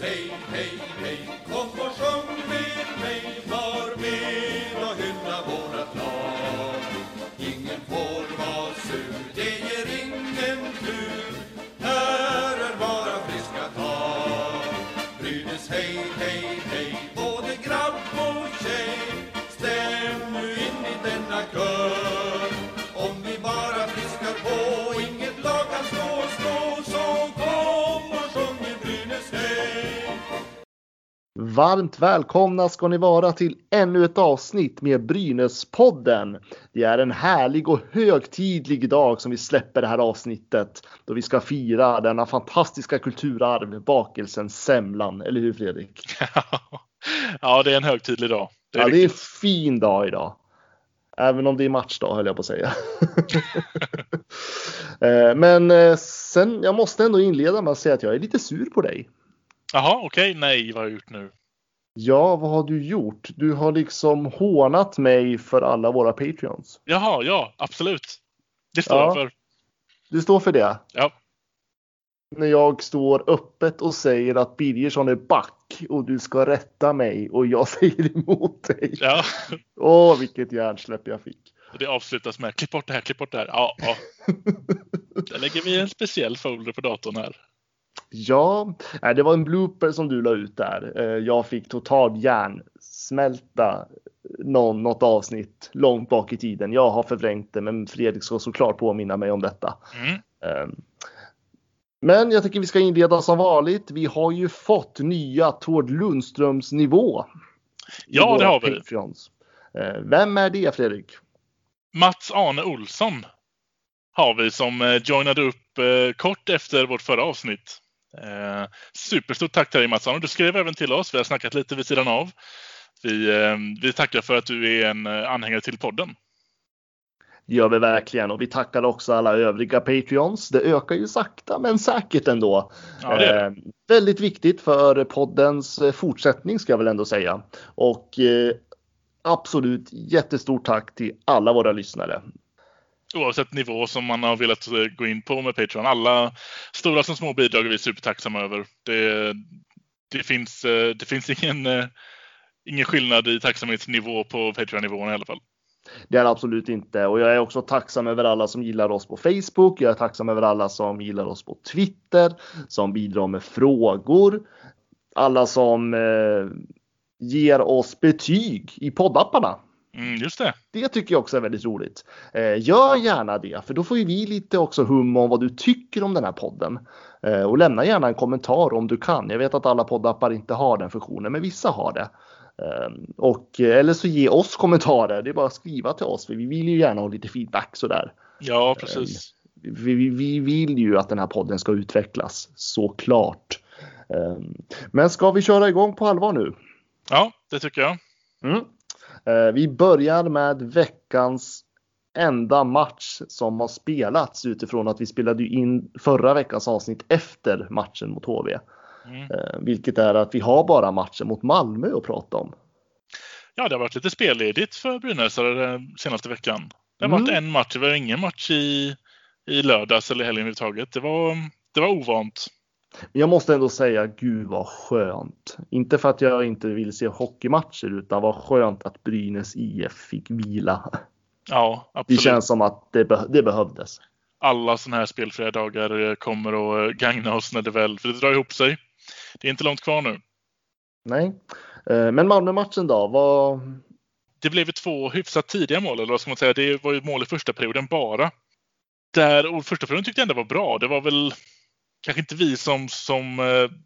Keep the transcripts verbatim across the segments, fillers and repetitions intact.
hej, hej, hej. Kom och sjung med mig, var med och hylla vårat lag. Ingen får vara sur, det ger ingen tur. Här är bara friska tag. Brynäs hej, hej, hej, både grabb och tjej. Stäm nu in i denna kör. Om vi bara friskar på, inget lag kan slå och slå. Så kom och sjung med Brynäs hej. Varmt välkomna ska ni vara till ännu ett avsnitt med Brynäspodden. Det är en härlig och högtidlig dag som vi släpper det här avsnittet, då vi ska fira denna fantastiska kulturarv, bakelsen semlan. Eller hur, Fredrik? Ja, det är en högtidlig dag. Det är, ja, det är en fin dag idag. Även om det är matchdag, höll jag på att säga. Men sen, jag måste ändå inleda med att säga att jag är lite sur på dig. Jaha, okej. Okay. Nej, vad har jag gjort nu? Ja, vad har du gjort? Du har liksom hånat mig för alla våra Patreons. Jaha, ja, absolut. Det står ja, jag för. Du står för det? Ja. När jag står öppet och säger att Birgersson är back och du ska rätta mig och jag säger emot dig. Ja. Åh, vilket hjärnsläpp jag fick. Och det avslutas med klipp bort det här, klipp bort det här. Ja, ja. Där lägger vi en speciell folder på datorn här. Ja, det var en blooper som du la ut där. Jag fick totalt hjärnsmälta någon, något avsnitt långt bak i tiden. Jag har förvrängt det, men Fredrik ska såklart påminna mig om detta. Mm. Men jag tycker vi ska inleda som vanligt. Vi har ju fått nya Tord Lundströms nivå. Ja, det har vi. Patreons. Vem är det, Fredrik? Mats Arne Olsson har vi som joinade upp kort efter vårt förra avsnitt. Eh, superstort tack till dig, Mats Arne. Du skrev även till oss. Vi har snackat lite vid sidan av. Vi, eh, vi tackar för att du är en anhängare till podden. Det gör vi verkligen. Och vi tackar också alla övriga Patreons. Det ökar ju sakta men säkert ändå. Ja, det är det. Eh, väldigt viktigt för poddens fortsättning, ska jag väl ändå säga. Och eh, absolut jättestort tack till alla våra lyssnare. Oavsett nivå som man har velat gå in på med Patreon. Alla stora som små bidrag är vi supertacksamma över. Det, det, finns, det finns ingen, ingen skillnad i tacksamhetsnivå på Patreon-nivån i alla fall. Det är absolut inte. Och jag är också tacksam över alla som gillar oss på Facebook. Jag är tacksam över alla som gillar oss på Twitter. Som bidrar med frågor. Alla som eh, ger oss betyg i poddapparna. Mm, just det. Det tycker jag också är väldigt roligt. Eh, gör gärna det, för då får ju vi lite också hum om vad du tycker om den här podden. Eh, och lämna gärna en kommentar om du kan. Jag vet att alla poddappar inte har den funktionen, men vissa har det. Eh, och, eller så ge oss kommentarer. Det är bara att skriva till oss, för vi vill ju gärna ha lite feedback sådär. Ja, precis. Eh, vi, vi, vi vill ju att den här podden ska utvecklas, såklart. Eh, men ska vi köra igång på allvar nu? Ja, det tycker jag. Mm. Vi börjar med veckans enda match som har spelats, utifrån att vi spelade in förra veckans avsnitt efter matchen mot H V. Mm. Vilket är att vi har bara matchen mot Malmö att prata om. Ja, det har varit lite spelledigt för Brynäsare den senaste veckan. Det har mm. varit en match, det var ingen match i, i lördags eller helgen överhuvudtaget. Det var, det var ovant. Jag måste ändå säga, gud vad skönt. Inte för att jag inte vill se hockeymatcher, utan vad skönt att Brynäs I F fick vila. Ja, absolut. Det känns som att det, be- det behövdes. Alla sådana här spelfria dagar kommer att gagna oss när det väl, för det drar ihop sig. Det är inte långt kvar nu. Nej, men Malmö-matchen då? Vad... Det blev två hyfsat tidiga mål, eller vad ska man säga. Det var ju mål i första perioden bara. Där, och första perioden tyckte jag ändå var bra. Det var väl kanske inte vi som, som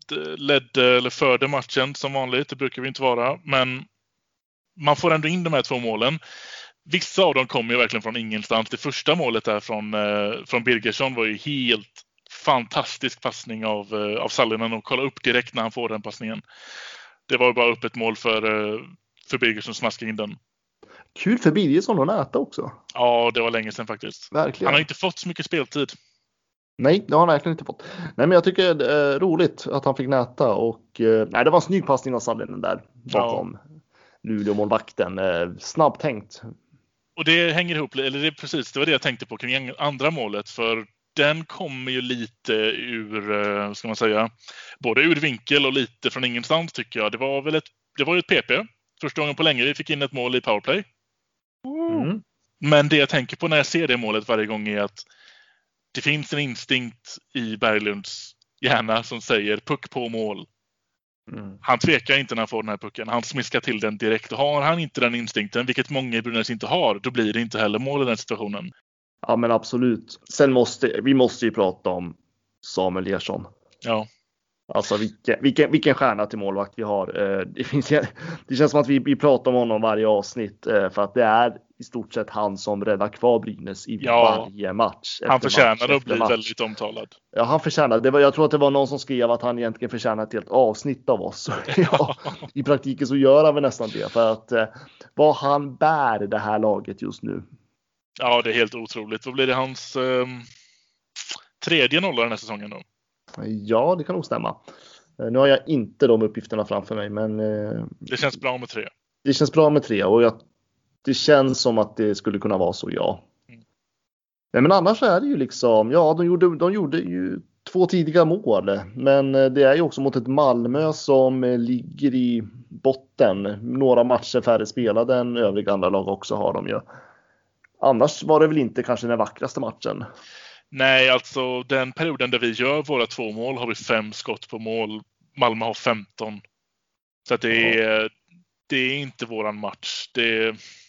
ledde eller förde matchen som vanligt. Det brukar vi inte vara. Men man får ändå in de här två målen. Vissa av dem kommer ju verkligen från ingenstans. Det första målet där från, från Birgersson var ju helt fantastisk passning av, av Sallinen. Och kolla upp direkt när han får den passningen. Det var bara upp ett mål för, för Birgersson som smaskade in den. Kul för Birgersson att näta också. Ja, det var länge sedan faktiskt. Verkligen. Han har inte fått så mycket speltid. Nej, det har han verkligen inte fått. Nej, men jag tycker det är roligt att han fick näta. Och nej, det var en snygg passning av Sallinen där bakom ja. Luleå-målvakten. Snabbt tänkt. Och det hänger ihop, eller det är precis, det var det jag tänkte på kring andra målet. För den kommer ju lite ur, eh, ska man säga, både ur vinkel och lite från ingenstans tycker jag. Det var väl ett, det var ju ett P P. Första gången på länge vi fick in ett mål i powerplay. Mm. Men det jag tänker på när jag ser det målet varje gång är att det finns en instinkt i Berglunds hjärna som säger puck på mål. Mm. Han tvekar inte när han får den här pucken. Han smiskar till den direkt. Har han inte den instinkten, vilket många i Brynäs inte har, då blir det inte heller mål i den situationen. Ja, men absolut. Sen måste vi måste ju prata om Samuel Ersson. Ja. Alltså vilken, vilken, vilken stjärna till målvakt vi har. Det, finns, det känns som att vi, vi pratar om honom varje avsnitt. För att det är i stort sett han som räddar kvar Brynäs i ja, varje match. Han förtjänar att bli match. väldigt omtalad. Ja, han förtjänar. Det var, jag tror att det var någon som skrev att han egentligen förtjänar ett helt avsnitt av oss. Ja, i praktiken så gör han väl nästan det. För att eh, vad han bär det här laget just nu. Ja, det är helt otroligt. Vad blir det hans eh, tredje nolla den här säsongen då? Ja, det kan nog stämma. Nu har jag inte de uppgifterna framför mig, men eh, det känns bra med tre. Det känns bra med tre och jag, det känns som att det skulle kunna vara så, ja. Mm. Nej, men annars är det ju liksom, ja, de gjorde, de gjorde ju två tidiga mål, men det är ju också mot ett Malmö som ligger i botten. Några matcher färre spelade än övriga andra lag också har de ju. Annars var det väl inte kanske den vackraste matchen. Nej, alltså den perioden där vi gör våra två mål har vi fem skott på mål. Malmö har femton. Så att det är, det är inte våran match. Det,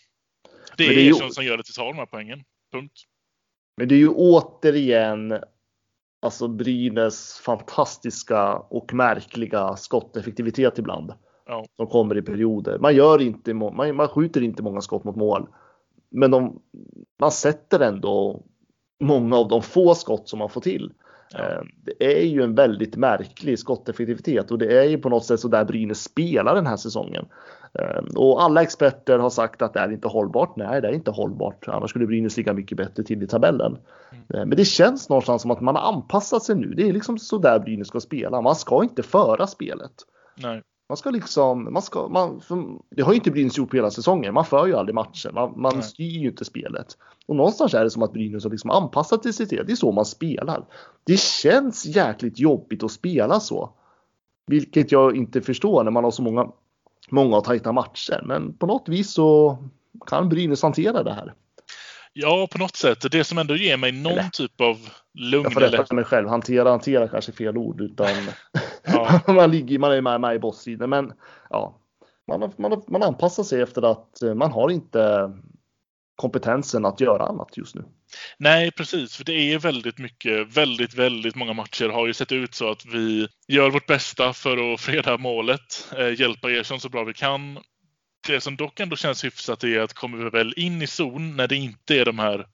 det är, det är ju som gör det till tar de här poängen. Punkt. Men det är ju återigen alltså Brynäs fantastiska och märkliga skotteffektivitet ibland. Ja. Som kommer i perioder. Man gör inte man, man skjuter inte många skott mot mål. Men de, man sätter ändå många av de få skott som man får till. Ja. Det är ju en väldigt märklig skotteffektivitet och det är ju på något sätt så där Brynäs spelar den här säsongen. Och alla experter har sagt att det är inte hållbart. Nej, det är inte hållbart. Annars skulle Brynäs ligga mycket bättre till i tabellen. Mm. Men det känns någonstans som att man har anpassat sig nu. Det är liksom så där Brynäs ska spela. Man ska inte föra spelet. Nej. Man ska liksom, man ska, man, det har ju inte Brynäs gjort på hela säsongen. Man för ju aldrig matchen. Man, man styr ju inte spelet. Och någonstans är det som att Brynäs har liksom anpassat till sig. Det är så man spelar. Det känns jäkligt jobbigt att spela så. Vilket jag inte förstår när man har så många, många och tajta matcher. Men på något vis så kan Brynäs hantera det här. Ja, på något sätt. Det som ändå ger mig någon eller, typ av lugn. Jag får rätta eller... mig själv. Hantera, hantera kanske fel ord. Utan ja. man, ligger, man är med, med i bosssidan. Men ja, man, man, man anpassar sig efter att man har inte kompetensen att göra annat just nu. Nej, precis. För det är väldigt mycket, väldigt, väldigt många matcher har ju sett ut så att vi gör vårt bästa för att freda målet. Eh, hjälpa Ersson så bra vi kan. Det som dock ändå känns hyfsat är att kommer vi väl in i zon när det inte är de här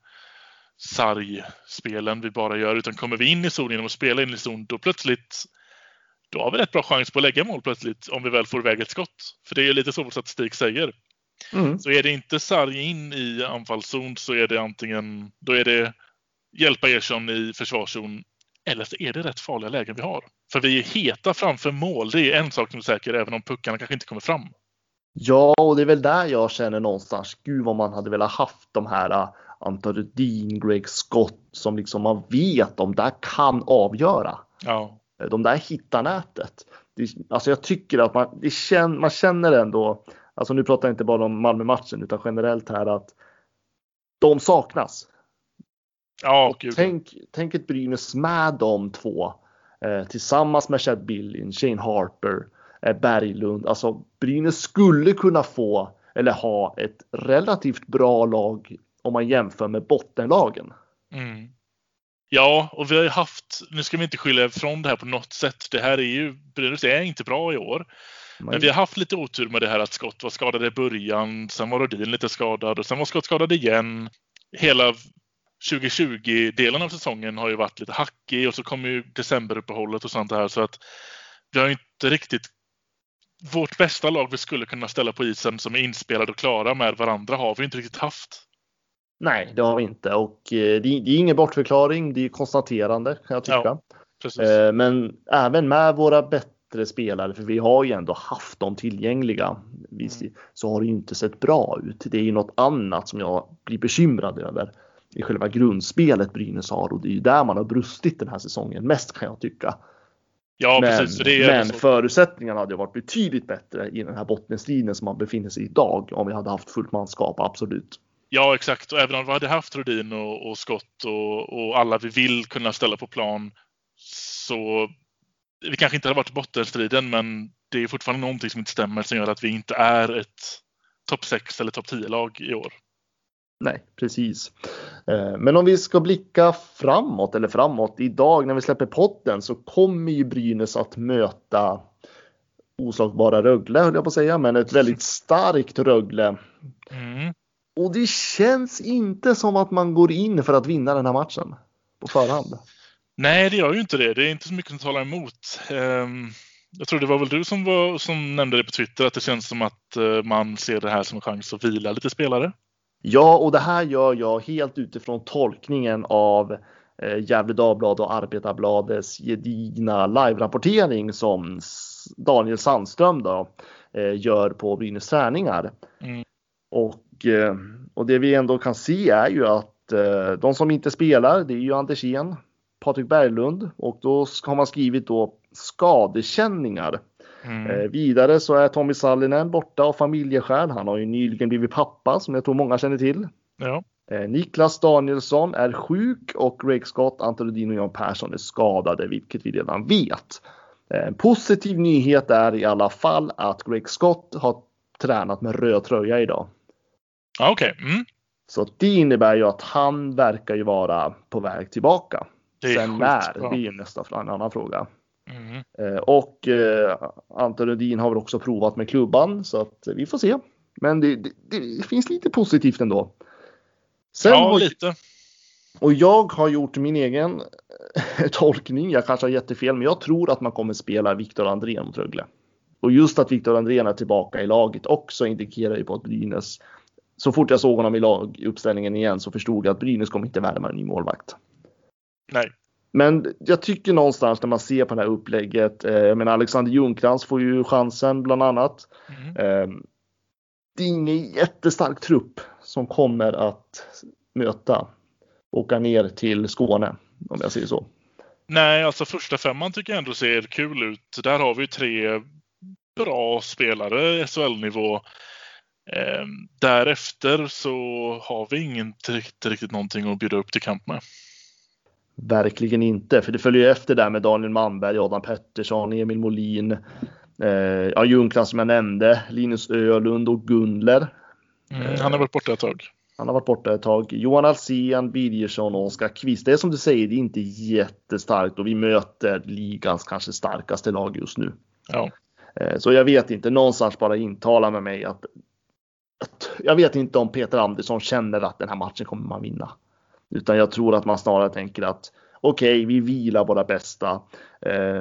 sargspelen vi bara gör, utan kommer vi in i zon genom att spela in i zon, då plötsligt då har vi rätt bra chans på att lägga mål plötsligt om vi väl får iväg ett skott. För det är ju lite så vår statistik säger. Mm. Så är det inte sarg in i anfallszon så är det antingen, då är det hjälpa Ersson i försvarszon eller så är det rätt farliga lägen vi har. För vi är heta framför mål, det är en sak som är säker även om puckarna kanske inte kommer fram. Ja, och det är väl där jag känner någonstans, gud vad man hade velat haft de här uh, Anton Rudin, Greg Scott som liksom man vet de där kan avgöra. Ja. De där hittar nätet. Det, alltså jag tycker att man, det känner, man känner ändå, alltså nu pratar jag inte bara om Malmö-matchen utan generellt här att de saknas. Ja, tänk, tänk ett Brynäs med de två eh, tillsammans med Chad Billin, Shane Harper, Berglund. Alltså Brynäs skulle kunna få eller ha ett relativt bra lag om man jämför med bottenlagen. Mm. Ja, och vi har ju haft, nu ska vi inte skylla ifrån det här på något sätt. Det här är ju, Brynäs är inte bra i år. Nej. Men vi har haft lite otur med det här att Scott var skadad i början. Sen var Rodin lite skadad och sen var Scott skadad igen. Hela tjugo tjugo-delen av säsongen har ju varit lite hackig och så kommer ju decemberuppehållet och sånt här. Så att vi har inte riktigt vårt bästa lag vi skulle kunna ställa på isen som är inspelade och klara med varandra har vi inte riktigt haft. Nej, det har vi inte. Och eh, det, det är ingen bortförklaring, det är konstaterande kan jag tycka. Ja, precis. Eh, men även med våra bättre spelare, för vi har ju ändå haft dem tillgängliga, vi, mm. så har det ju inte sett bra ut. Det är ju något annat som jag blir bekymrad över. i själva grundspelet Brynäs har, och det är ju där man har brustit den här säsongen mest, kan jag tycka. Ja, men precis. För det är men så... förutsättningarna hade varit betydligt bättre i den här bottenstriden som man befinner sig i idag om vi hade haft fullt manskap, absolut. Ja, exakt. Och även om vi hade haft Rudin och, och Skott och, och alla vi vill kunna ställa på plan, så vi kanske inte hade varit i bottenstriden, men det är fortfarande någonting som inte stämmer som gör att vi inte är ett topp sex eller topp tio-lag i år. Nej, precis. Men om vi ska blicka framåt, eller framåt, idag när vi släpper podden så kommer ju Brynäs att möta oslagbara Rögle, höll jag på att säga, men ett väldigt starkt Rögle. Mm. Och det känns inte som att man går in för att vinna den här matchen på förhand. Nej, det gör ju inte det. Det är inte så mycket som talar emot. Jag tror det var väl du som, var, som nämnde det på Twitter, att det känns som att man ser det här som en chans att vila lite spelare. Ja, och det här gör jag helt utifrån tolkningen av eh, Gefle Dagblad och Arbetarbladets gedigna live-rapportering som Daniel Sandström då, eh, gör på Brynäs träningar. Mm. Och, eh, och det vi ändå kan se är ju att eh, de som inte spelar, det är ju Andersén, Patrik Berglund, och då har man skrivit då skadekänningar. Mm. Eh, vidare så är Tommy Sallinen borta av familjeskäl. Han har ju nyligen blivit pappa, som jag tror många känner till. Ja. Eh, Niklas Danielsson är sjuk och Greg Scott, Anton Rudin och Jan Persson är skadade, vilket vi redan vet. En eh, positiv nyhet är i alla fall att Greg Scott har tränat med röd tröja idag. Okej. Okay. Mm. Så det innebär ju att han verkar ju vara på väg tillbaka. Sen när, det är ju nästa en annan fråga. Mm. Eh, och eh, Anton Rudin har väl också provat med klubban, så att vi får se. Men det, det, det finns lite positivt ändå. Sen ja, har, lite. Och jag har gjort min egen tolkning. Jag kanske har jättefel, men jag tror att man kommer spela Viktor Andrén mot Rögle. Och just att Viktor Andrén är tillbaka i laget också indikerar ju på att Brynäs, så fort jag såg honom i laguppställningen igen så förstod jag att Brynäs kommer inte värma en ny målvakt. Nej. Men jag tycker någonstans när man ser på det här upplägget, eh, jag menar Alexander Ljungcrantz får ju chansen bland annat. Mm. Eh, det är ingen jättestark trupp som kommer att möta, åka ner till Skåne, om jag säger så. Nej, alltså första femman tycker jag ändå ser kul ut. Där har vi tre bra spelare S H L-nivå. Eh, därefter så har vi inte riktigt, riktigt någonting att bjuda upp till kamp med. Verkligen inte, för det följer efter där med Daniel Manberg, Adam Pettersson, Emil Molin, eh, ja, Ljungcrantz som jag nämnde, Linus Ölund och Gunler. Mm, han har varit borta ett tag. Han har varit borta ett tag. Johan Alsen, Birgersson och Oskar Kvist. Det är som du säger, det är inte jättestarkt och vi möter ligans kanske starkaste lag just nu. Ja. Eh, så jag vet inte, någonstans bara intala med mig att, att jag vet inte om Peter Andersson känner att den här matchen kommer man vinna. Utan jag tror att man snarare tänker att okej, okay, vi vilar våra bästa. Eh,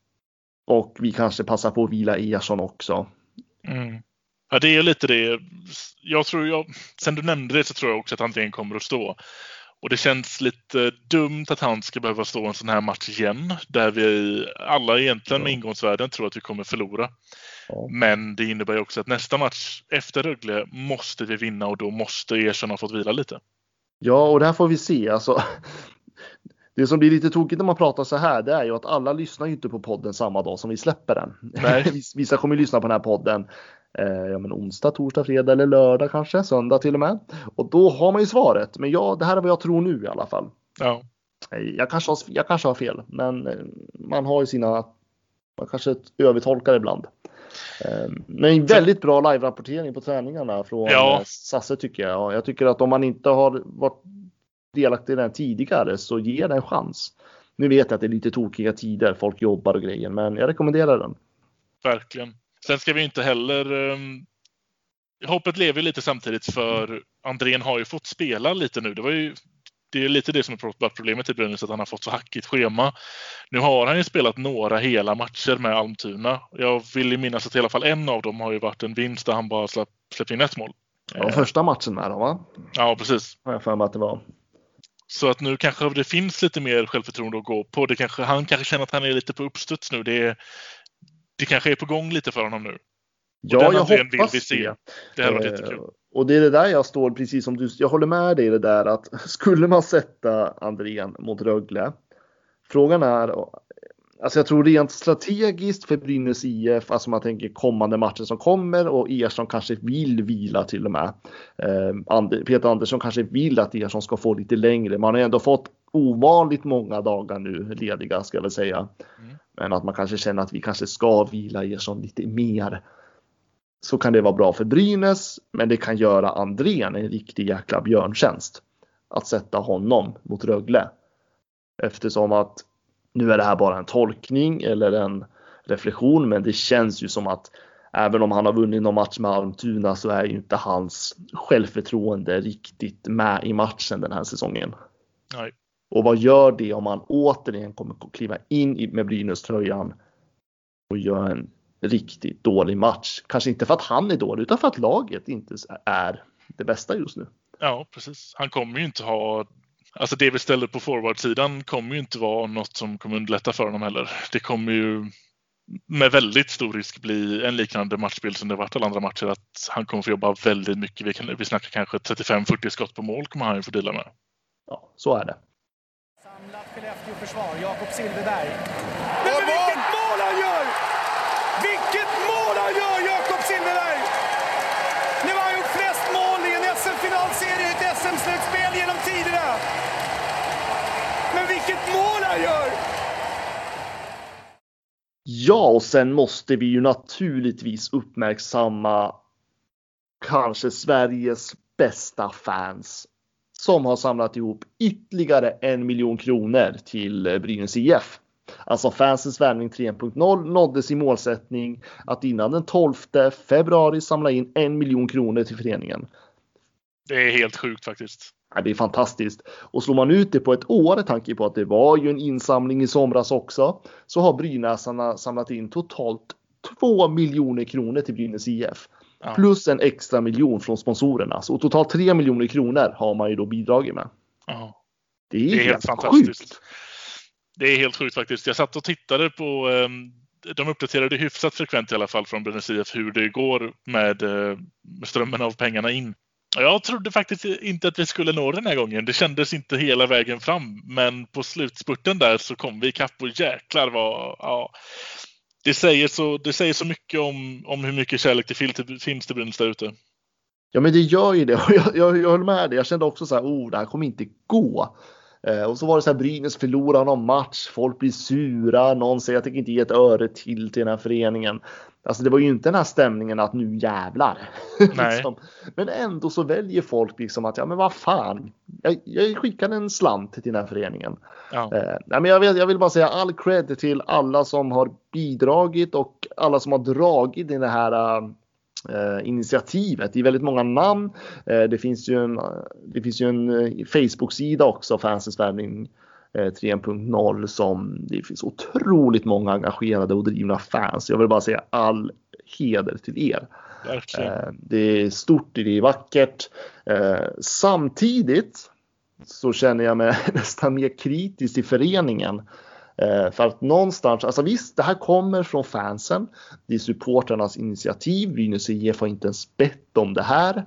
och vi kanske passar på att vila Ersson också. Mm. Ja, det är lite det. Jag tror jag, sen du nämnde det så tror jag också att Andrén kommer att stå. Och det känns lite dumt att han ska behöva stå en sån här match igen. Där vi alla egentligen med ingångsvärden tror att vi kommer förlora. Ja. Men det innebär ju också att nästa match efter Rögle måste vi vinna och då måste Ersson ha fått vila lite. Ja, och det här får vi se. Alltså, det som blir lite tokigt när man pratar så här, det är ju att alla lyssnar ju inte på podden samma dag som vi släpper den. Nej. Vissa kommer ju lyssna på den här podden eh, ja, men onsdag, torsdag, fredag eller lördag kanske, söndag till och med. Och då har man ju svaret. Men ja, det här är vad jag tror nu i alla fall. Ja. Jag kanske har, jag kanske har fel, men man har ju sina, man kanske övertolkar ibland. Men väldigt bra live-rapportering på träningarna från ja. Sasse tycker jag. Jag tycker att om man inte har varit delaktig i den tidigare så ger det en chans. Nu vet jag att det är lite tokiga tider, folk jobbar och grejer, men jag rekommenderar den. Verkligen. Sen ska vi inte heller um, hoppet lever lite samtidigt, för Andrén har ju fått spela lite nu. Det var ju Det är lite det som är problemet i Brynäs, att han har fått så hackigt schema. Nu har han ju spelat några hela matcher med Almtuna. Jag vill minnas att i alla fall en av dem har ju varit en vinst där han bara släpp, släppt in ett mål. Ja, första matchen med dem, va? Ja, precis. Har jag för mig att det var. Så att nu kanske det finns lite mer självförtroende att gå på. Det kanske, han kanske känner att han är lite på uppstuds nu. Det, det kanske är på gång lite för honom nu. Ja, jag Andrén hoppas vill vi se. det. Det här var Eh, jättekul. Och det är det där jag står, precis som du, jag håller med dig i det där att skulle man sätta Andrén mot Rögle, frågan är, alltså jag tror rent strategiskt för Brynäs I F, alltså man tänker kommande matcher som kommer och Ersson kanske vill vila till och med. Eh, Peter Andersson kanske vill att Ersson ska få lite längre. Man har ändå fått ovanligt många dagar nu lediga, ska jag väl säga. Mm. Men att man kanske känner att vi kanske ska vila Ersson lite mer. Så kan det vara bra för Brynäs, men det kan göra Andrén en riktig jäkla björntjänst att sätta honom mot Rögle. Eftersom att nu är det här bara en tolkning eller en reflektion, men det känns ju som att även om han har vunnit någon match med Almtuna så är ju inte hans självförtroende riktigt med i matchen den här säsongen. Nej. Och vad gör det om man återigen kommer att kliva in med Brynäs-tröjan och gör en riktigt dålig match? Kanske inte för att han är dålig utan för att laget inte är det bästa just nu. Ja, precis. Han kommer ju inte ha... Alltså det vi ställer på forwardsidan kommer ju inte vara något som kommer underlätta för honom heller. Det kommer ju med väldigt stor risk bli en liknande matchbild som det varit alla andra matcher. Att han kommer få jobba väldigt mycket. Vi, kan, vi snackar kanske trettiofem fyrtio skott på mål kommer han ju få dela med. Ja, så är det. Samlat Skellefteå-försvar, Jakob Silfverberg. Men vilket mål han gör! Vilket mål han gör, Jakob Silfverberg! Nu har han gjort flest mål i en S M-finalserie, ett S M-slutspel genom tiderna. Men vilket mål han gör! Ja, och sen måste vi ju naturligtvis uppmärksamma kanske Sveriges bästa fans som har samlat ihop ytterligare en miljon kronor till Brynäs I F. Alltså fansens värvning tre punkt noll nådde sin målsättning att innan den tolfte februari samla in en miljon kronor till föreningen. Det är helt sjukt faktiskt. Ja, det är fantastiskt. Och slår man ut det på ett år, tanke på att det var ju en insamling i somras också, så har Brynäsarna samlat in totalt två miljoner kronor till Brynäs I F. Ja. Plus en extra miljon från sponsorerna. Så totalt tre miljoner kronor har man ju då bidragit med. Ja. Det är, det är helt, helt fantastiskt. Sjukt. Det är helt sjukt faktiskt. Jag satt och tittade på, de uppdaterade hyfsat frekvent i alla fall från Brynäs I F hur det går med, med strömmen av pengarna in. Jag trodde faktiskt inte att vi skulle nå den här gången. Det kändes inte hela vägen fram. Men på slutspurten där så kom vi i kapp och jäklar vad... Ja, det, säger så, det säger så mycket om, om hur mycket kärlek det finns till Brynäs där ute. Ja, men det gör ju det. Jag, jag, jag höll med dig. Jag kände också så här, oh, det här kommer inte gå. Eh, och så var det så här, Brynäs förlorar någon match. Folk blir sura. Någon säger att jag inte ge ett öre till till den här föreningen. Alltså det var ju inte den här stämningen att nu jävlar. Nej. liksom. Men ändå så väljer folk liksom att, ja men vad fan. Jag, jag skickar en slant till den här föreningen. Ja. Eh, nej, men jag, vet, jag vill bara säga all cred till alla som har bidragit och alla som har dragit i det här eh, initiativet. Det är väldigt många namn. Eh, det finns ju en, det finns ju en Facebook-sida också, Fansens värvning tre punkt noll, som det finns otroligt många engagerade och drivna fans. Jag vill bara säga all heder till er. Verkligen. Det är stort, det är vackert. Samtidigt så känner jag mig nästan mer kritisk till föreningen. För att någonstans, alltså visst, det här kommer från fansen. Det är supporternas initiativ. Brynäs I F har inte ens bett om det här.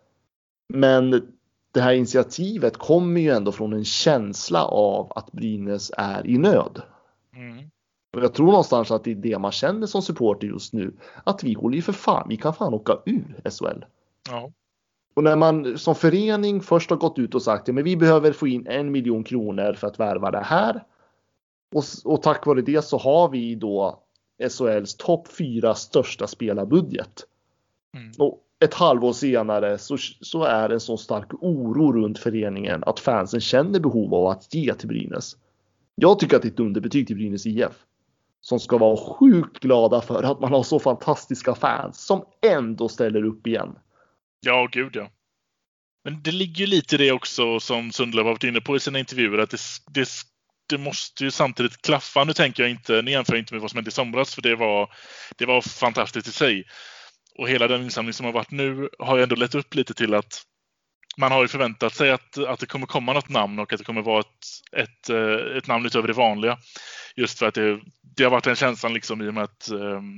Men det här initiativet kommer ju ändå från en känsla av att Brynäs är i nöd. Mm. Och jag tror någonstans att det är det man känner som supporter just nu. Att vi håller ju för fan, vi kan fan åka ur S H L. Ja. Och när man som förening först har gått ut och sagt att ja, vi behöver få in en miljon kronor för att värva det här. Och, och tack vare det så har vi då S H L:s topp fyra största spelarbudget. Mm. Och ett halvår senare så, så är en så stark oro runt föreningen att fansen känner behov av att ge till Brynäs. Jag tycker att det är ett underbetyg till Brynäs I F. Som ska vara sjukt glada för att man har så fantastiska fans som ändå ställer upp igen. Ja, gud ja. Men det ligger ju lite i det också som Sundlöv har varit inne på i sina intervjuer. Att det, det, det måste ju samtidigt klaffa. Nu tänker jag inte, ni jämför inte med vad som hände i somras. För det var, det var fantastiskt i sig. Och hela den insamling som har varit nu har ju ändå lett upp lite till att man har ju förväntat sig att, att det kommer komma något namn och att det kommer vara ett, ett, ett namn utöver det vanliga. Just för att det, det har varit en känslan liksom i och med att um,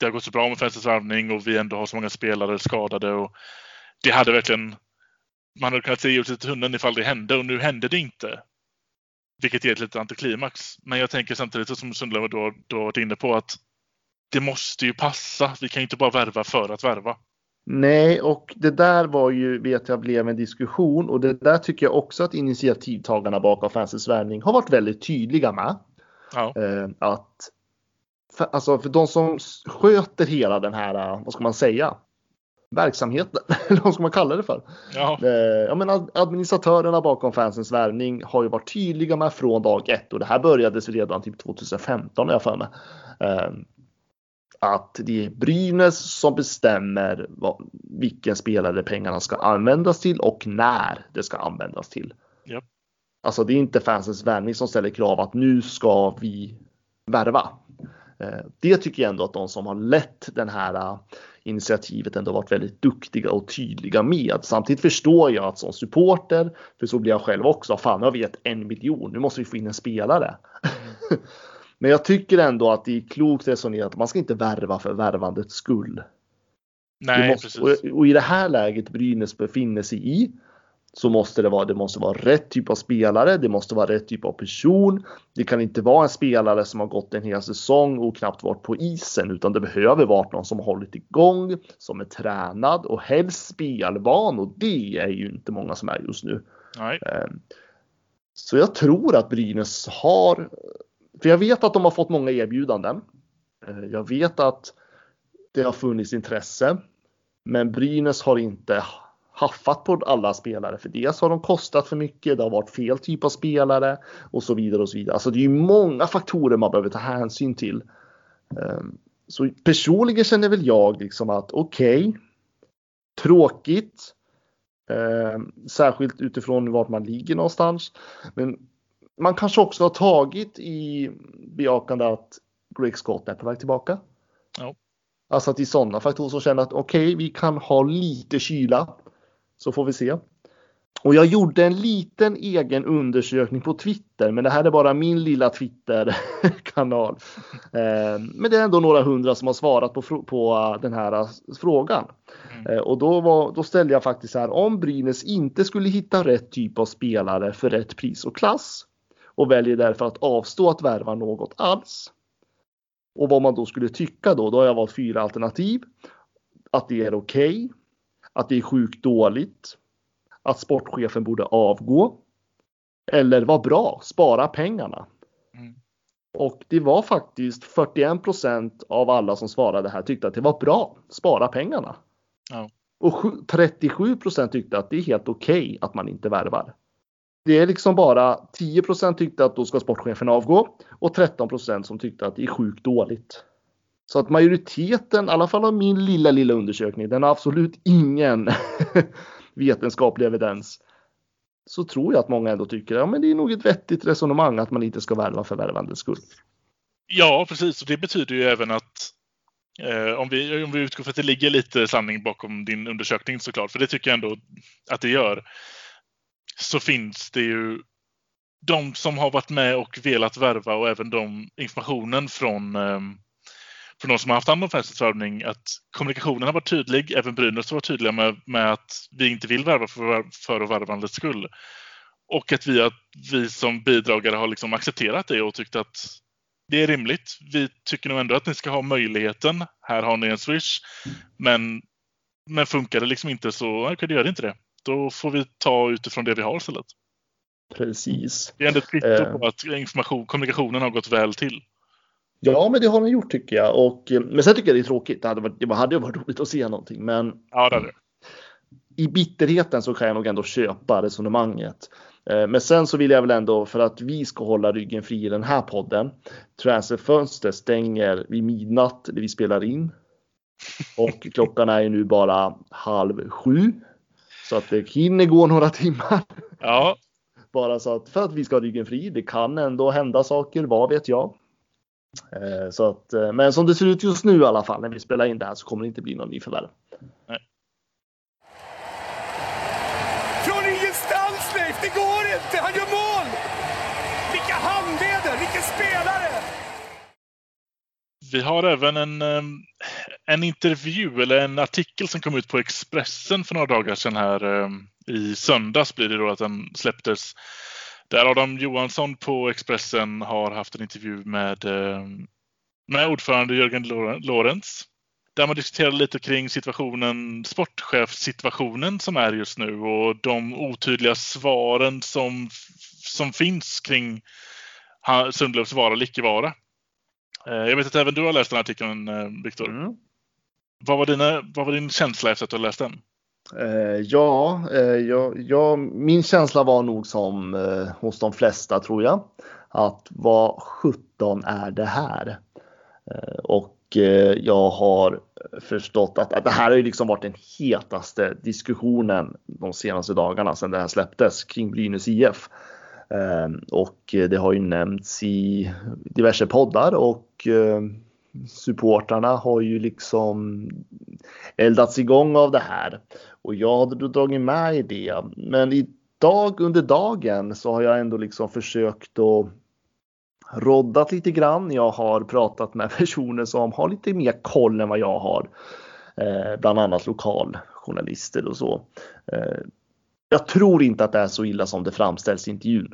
det har gått så bra med fansens värvning och vi ändå har så många spelare skadade. Och det hade verkligen, man hade kunnat se ut till hunden ifall det hände, och nu hände det inte. Vilket ger ett litet antiklimax. Men jag tänker samtidigt, som Sundlöv då, då varit inne på, att det måste ju passa. Vi kan ju inte bara värva för att värva. Nej, och det där var ju, vet jag, blev en diskussion, och det där tycker jag också att initiativtagarna bakom fansens värvning har varit väldigt tydliga med. Ja. Eh, att för, alltså för de som sköter hela den här, vad ska man säga, verksamheten, eller vad ska man kalla det för? Ja. Eh, jag menar, administratörerna bakom fansens värvning har ju varit tydliga med från dag ett, och det här började redan typ tjugohundrafemton, jag för mig. Eh, att det är Brynäs som bestämmer vad, vilken spelare pengarna ska användas till och när det ska användas till. Yep. Alltså det är inte fansens värvning som ställer krav att nu ska vi värva. Det tycker jag ändå att de som har lett den här initiativet ändå varit väldigt duktiga och tydliga med. Samtidigt förstår jag att som supporter, för så blir jag själv också, fan nu har vi gett en miljon, nu måste vi få in en spelare. Mm. Men jag tycker ändå att det är klokt resonerat att man ska inte värva för värvandets skull. Nej, måste, precis. Och, och i det här läget Brynäs befinner sig i, så måste det vara, det måste vara rätt typ av spelare, det måste vara rätt typ av person. Det kan inte vara en spelare som har gått en hel säsong och knappt varit på isen, utan det behöver vara någon som har hållit igång, som är tränad och helst spelvan, och det är ju inte många som är just nu. Nej. Så jag tror att Brynäs har, för jag vet att de har fått många erbjudanden. Jag vet att det har funnits intresse, men Brynäs har inte haffat på alla spelare, för dels har de kostat för mycket, det har varit fel typ av spelare och så vidare och så vidare. Alltså det är ju många faktorer man behöver ta hänsyn till. Så personligen känner väl jag liksom att okej, okay, tråkigt, särskilt utifrån vart man ligger någonstans, men man kanske också har tagit i bejakande att Greg Scott är på väg tillbaka. Ja. Alltså att i sådana faktorer så känner att okej, okay, vi kan ha lite kyla. Så får vi se. Och jag gjorde en liten egen undersökning på Twitter. Men det här är bara min lilla Twitter-kanal. Men det är ändå några hundra som har svarat på, på den här frågan. Mm. Och då, var, då ställde jag faktiskt här. Om Brynäs inte skulle hitta rätt typ av spelare för rätt pris och klass, och väljer därför att avstå att värva något alls, och vad man då skulle tycka då, då har jag valt fyra alternativ. Att det är okej, okay, att det är sjukt dåligt, att sportchefen borde avgå, eller vad bra, spara pengarna. Mm. Och det var faktiskt fyrtioen procent av alla som svarade här tyckte att det var bra, spara pengarna. Ja. Och trettiosju procent tyckte att det är helt okej okay att man inte värvar. Det är liksom bara tio procent tyckte att då ska sportchefen avgå, och tretton procent som tyckte att det är sjukt dåligt. Så att majoriteten, i alla fall av min lilla lilla undersökning, den har absolut ingen vetenskaplig evidens. Så tror jag att många ändå tycker att ja, men det är nog ett vettigt resonemang att man inte ska värva för värvandets skull. Ja, precis. Och det betyder ju även att eh, om, vi, om vi utgår för att det ligger lite sanning bakom din undersökning såklart, för det tycker jag ändå att det gör, så finns det ju de som har varit med och velat värva, och även de informationen från eh, för de som har haft hand om fansens värvning, att kommunikationen har varit tydlig. Även Brynäs var tydliga med, med att vi inte vill värva för, för värvandets skull. Och att vi, att vi som bidragare har liksom accepterat det och tyckt att det är rimligt. Vi tycker nog ändå att ni ska ha möjligheten. Här har ni en Swish. Men, men funkar det liksom inte, så okay, det gör det inte det. Då får vi ta utifrån det vi har istället. Precis. Det är ändå ett kvitto på att information, kommunikationen har gått väl till. Ja, men det har den gjort tycker jag. Och, men sen tycker jag det är tråkigt. Det hade varit, det hade varit roligt att se någonting. Men ja, det är det. I bitterheten så kan jag nog ändå köpa resonemanget. Men sen så vill jag väl ändå, för att vi ska hålla ryggen fri i den här podden, transferfönster stänger vid midnatt där vi spelar in. Och klockan är ju nu bara halv sju. Så att det hinner gå några timmar. Ja. Bara så att för att vi ska ha ryggen fri. Det kan ändå hända saker, vad vet jag. Så att, men som det ser ut just nu i alla fall när vi spelar in det här, så kommer det inte bli någon ny förvärv. Nej. Från ingenstans, Leif, det går inte, han gör mål! Vilka handleder, vilken spelare! Vi har även en, en intervju eller en artikel som kom ut på Expressen för några dagar sedan här eh, i söndags blir det då att den släpptes. Där Adam Johansson på Expressen har haft en intervju med, eh, med ordförande Jörgen Lorenz. Där man diskuterar lite kring situationen, sportchefssituationen som är just nu och de otydliga svaren som, som finns kring Sundlövs vara eller icke vara. Jag vet att även du har läst den artikeln, Viktor. Mm. Vad var dina, vad var din känsla efter att du har läst den? Eh, ja, eh, ja, ja, min känsla var nog som eh, hos de flesta tror jag. Att vad sjutton är det här? Eh, och eh, jag har förstått att, att det här har ju liksom varit den hetaste diskussionen de senaste dagarna sedan det här släpptes kring Brynäs I F. Eh, och det har ju nämnts i diverse poddar och eh, supportarna har ju liksom eldats igång av det här. Och jag hade då dragit med i det. Men idag under dagen så har jag ändå liksom försökt att roddat lite grann. Jag har pratat med personer som har lite mer koll än vad jag har. Eh, bland annat lokaljournalister och så. Eh, jag tror inte att det är så illa som det framställs i intervjun.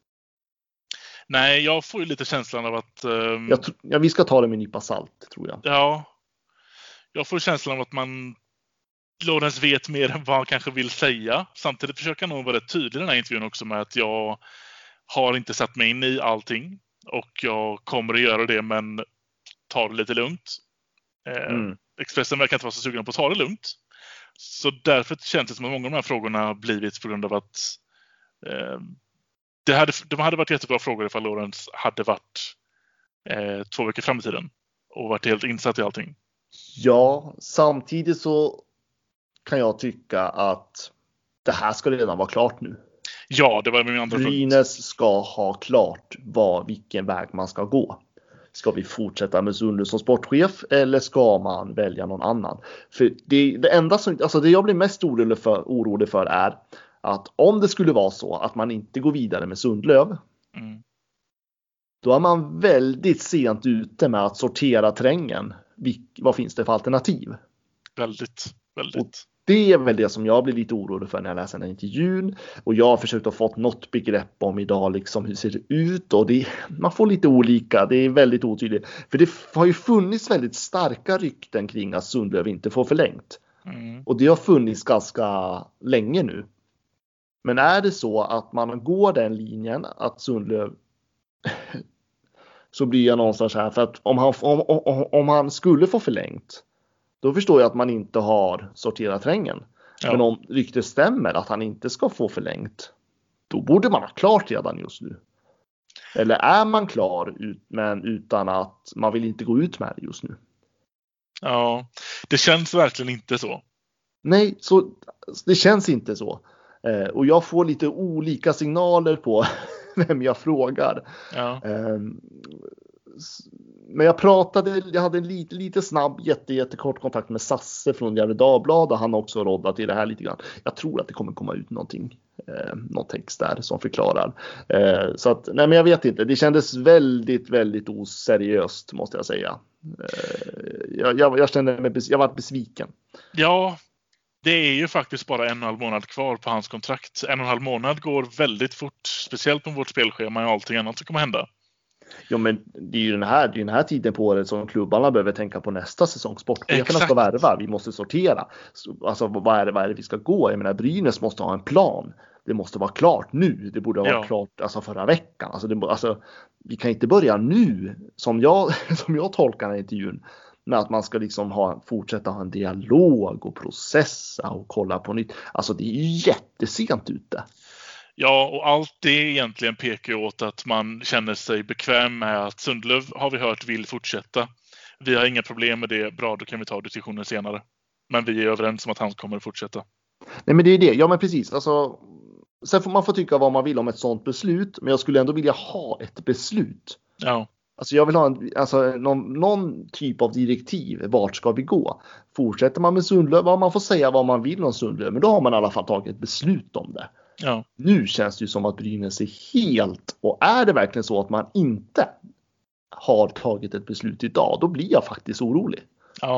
Nej, jag får ju lite känslan av att... Um... Jag tr- ja, vi ska ta det med en nypa salt, tror jag. Ja, jag får känslan av att man... Lorenz vet mer än vad han kanske vill säga. Samtidigt försöker han nog vara rätt tydlig i den här intervjun också med att jag har inte satt mig in i allting. Och jag kommer att göra det, men ta det lite lugnt. Eh, mm. Expressen verkar inte vara så sugen på att ta det lugnt. Så därför känns det som att många av de här frågorna har blivit på grund av att eh, det hade, de hade varit jättebra frågor ifall Lorenz hade varit eh, två veckor fram i tiden och varit helt insatt i allting. Ja, samtidigt så kan jag tycka att det här ska redan vara klart nu. Ja, det var min andra punkt. Brynäs ska ha klart vad, vilken väg man ska gå. Ska vi fortsätta med Sundlöv som sportchef eller ska man välja någon annan? För det, det enda som, alltså det jag blir mest orolig för, orolig för är att om det skulle vara så att man inte går vidare med Sundlöv, mm. då är man väldigt sent ute med att sortera terrängen. Vil, vad finns det för alternativ? Väldigt, väldigt. Och det är väl det som jag blir lite orolig för när jag läser den här intervjun. Och jag har försökt att få något begrepp om idag, liksom hur ser det ut. Och det, man får lite olika, det är väldigt otydligt. För det har ju funnits väldigt starka rykten kring att Sundlöv inte får förlängt. Mm. Och det har funnits ganska länge nu. Men är det så att man går den linjen att Sundlöv så blir jag någonstans här. För att om han, om, om, om han skulle få förlängt, då förstår jag att man inte har sorterat terrängen. Ja. Men om ryktet stämmer att han inte ska få förlängt, då borde man ha klart redan just nu. Eller är man klar ut, men utan att man vill inte gå ut med det just nu? Ja, det känns verkligen inte så. Nej, så det känns inte så. Eh, och jag får lite olika signaler på vem jag frågar. Ja. Eh, Men jag pratade, jag hade en lite, lite snabb, jätte, jättekort kontakt med Sasse från Gefle Dagblad och han har också roddat i det här lite grann. Jag tror att det kommer komma ut någonting, eh, någon text där som förklarar. Eh, så att, nej men jag vet inte, det kändes väldigt, väldigt oseriöst måste jag säga. Eh, jag, jag, jag kände mig, jag var besviken. Ja, det är ju faktiskt bara en och en halv månad kvar på hans kontrakt. En och en halv månad går väldigt fort, speciellt på vårt spelschema och allting annat som kommer hända. Ja, men det är ju den här, det är den här tiden på året som klubbarna behöver tänka på nästa säsong. Sportcheferna ska värva, vi måste sortera. Alltså vad är det, vad är det vi ska gå? Jag menar, Brynäs måste ha en plan. Det måste vara klart nu. Det borde ha varit ja. klart alltså förra veckan. Alltså, det, alltså, vi kan inte börja nu, som jag, som jag tolkar den här intervjun, med att man ska liksom ha, fortsätta ha en dialog och processa och kolla på nytt. Alltså det är ju jättesent ute. Ja, och allt det egentligen pekar åt att man känner sig bekväm med att Sundlöv har vi hört vill fortsätta. Vi har inga problem med det. Bra, då kan vi ta diskussionen senare. Men vi är överens om att han kommer att fortsätta. Nej, men det är det. Ja, men precis. Alltså, sen får man få tycka vad man vill om ett sånt beslut. Men jag skulle ändå vilja ha ett beslut. Ja. Alltså jag vill ha en, alltså någon, någon typ av direktiv. Vart ska vi gå? Fortsätter man med Sundlöv? Ja, man får säga vad man vill om Sundlöv. Men då har man i alla fall tagit ett beslut om det. Ja. Nu känns det ju som att Brynäs är helt, och är det verkligen så att man inte har tagit ett beslut idag, då blir jag faktiskt orolig. Ja,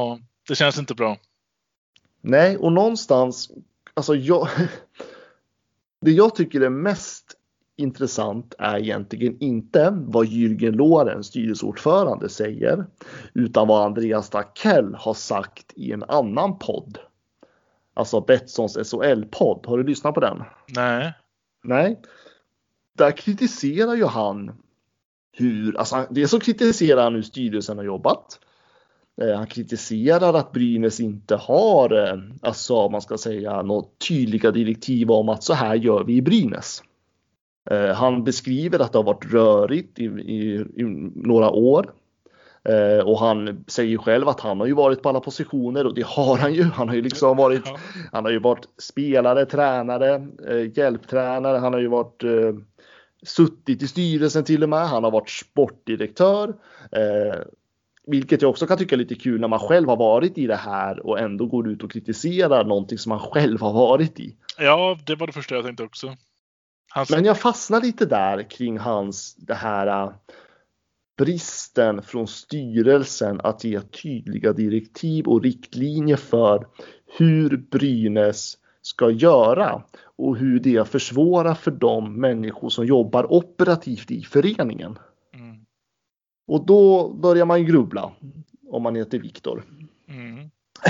Det känns inte bra. Nej, och någonstans, alltså jag, det jag tycker är mest intressant är egentligen inte vad Jürgen Lorenz, styrelseordförande, säger, utan vad Andreas Dackell har sagt i en annan podd. Alltså Betssons S H L-podd. Har du lyssnat på den? Nej. Nej. Där kritiserar ju han hur, alltså det så kritiserar han hur styrelsen har jobbat. Eh, han kritiserar att Brynäs inte har, eh, alltså man ska säga, något tydliga direktiv om att så här gör vi i Brynäs. Eh, han beskriver att det har varit rörigt i, i, i några år. Eh, och han säger själv att han har ju varit på alla positioner, och det har han ju. Han har ju liksom varit, ja. han har ju varit spelare, tränare, eh, hjälptränare. Han har ju varit eh, suttit i styrelsen till och med. Han har varit sportdirektör. Eh, vilket jag också kan tycka är lite kul när man själv har varit i det här och ändå går ut och kritiserar någonting som man själv har varit i. Ja, det var det första jag tänkte också. Hans... Men jag fastnar lite där kring hans, det här bristen från styrelsen att ge tydliga direktiv och riktlinjer för hur Brynäs ska göra och hur det försvårar för de människor som jobbar operativt i föreningen. Mm. Och då börjar man grubbla om man heter Viktor. Mm.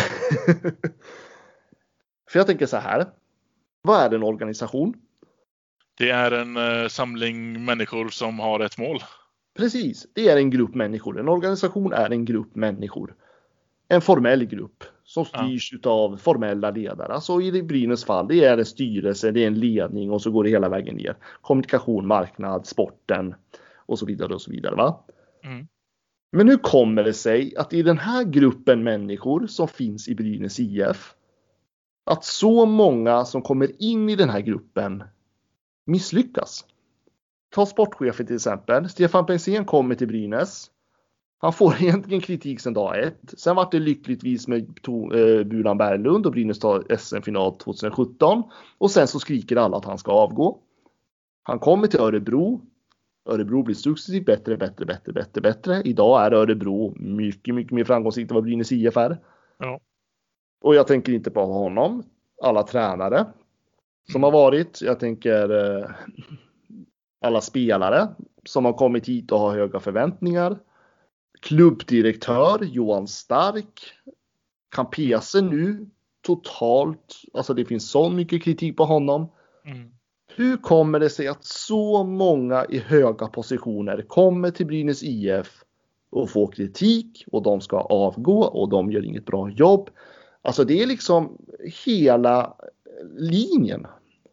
För jag tänker så här, vad är en organisation? Det är en uh, samling människor som har ett mål. Precis, det är en grupp människor. En organisation är en grupp människor. En formell grupp som styrs ja. av formella ledare. Alltså i Brynäs fall, det är en styrelse, det är en ledning och så går det hela vägen ner. Kommunikation, marknad, sporten och så vidare och så vidare, va? Mm. Men nu kommer det sig att i den här gruppen människor som finns i Brynäs I F, att så många som kommer in i den här gruppen misslyckas. Ta sportchefen till exempel. Stefan Bengtzén kommer till Brynäs. Han får egentligen kritik sedan dag ett. Sen var det lyckligtvis med to- eh, Bulan Berglund och Brynäs tar S M-final tjugohundrasjutton. Och sen så skriker alla att han ska avgå. Han kommer till Örebro. Örebro blir successivt bättre, bättre, bättre, bättre, bättre. Idag är Örebro mycket, mycket mer framgångsrikt än vad Brynäs I F är. Ja. Och jag tänker inte på honom. Alla tränare som har varit. Jag tänker eh, alla spelare som har kommit hit och har höga förväntningar. Klubbdirektör Johan Stark kan pesa nu totalt. Alltså det finns så mycket kritik på honom. Mm. Hur kommer det sig att så många i höga positioner kommer till Brynäs I F och får kritik och de ska avgå och de gör inget bra jobb? Alltså det är liksom hela linjen.